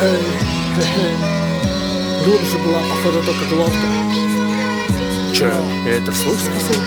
Глубже была, походу, только головка. Че, я это вслух сказал?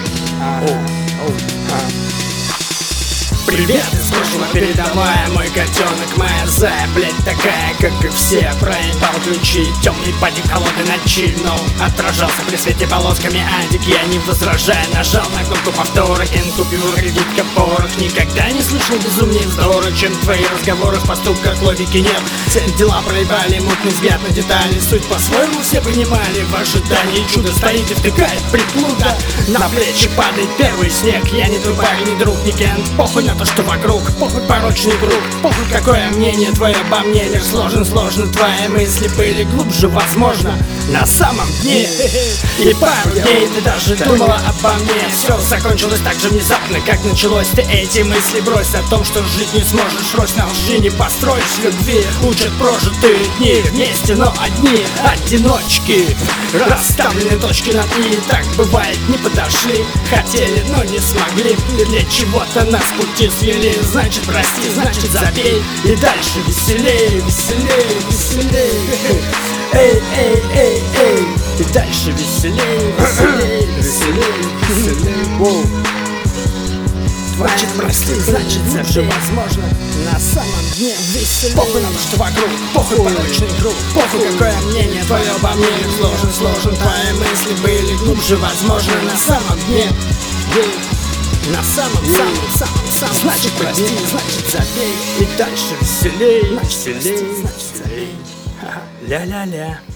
Привет из прошлого передавай, мой котенок, моя зая, блять, такая, как и все. Проебал ключи, темный падик холодной ночи, но отражался при свете полосками адик. Я не возражая, нажал на кнопку повтора, инкупюр, кредитка, порох. Никогда не слышал безумнее вздора, чем твои разговоры, в поступках логики нет. Все дела проебали, мутный взгляд на детали, суть по-своему все понимали. В ожидании чуда стоите, втыкает приплуда. На плечи падает первый снег, я не тупая, ни друг, ни кент. Похуй на то, что вокруг, похуй порочный круг, похуй какое мнение твое обо мне. Лишь сложно, твои мысли были глубже, возможно, на самом дне. И пару дней ты даже думала обо мне. Все закончилось так же внезапно, как началось. Ты эти мысли брось о том, что жить не сможешь. Рось на лжи не построишь, любви учат прожитые дни. Вместе, но одни одиночки, расставлены точки над «и». Так бывает, не подошли, хотели, но не смогли. Для чего-то нас пути свели. Значит прости, значит забей, и дальше веселей, веселей, веселей. Эй, эй, эй, эй, и дальше веселей, веселей, веселей, веселей. Значит прости, значит забей, возможно, на самом дне веселей. Похуй на то, что вокруг, похуй порочный круг, похуй какое мнение твое обо мне. Сложен, твои мысли были глубже, возможно, на самом дне. На самом. Значит прости, значит забей, и дальше веселей, веселей, веселей. Ля-ля-ля.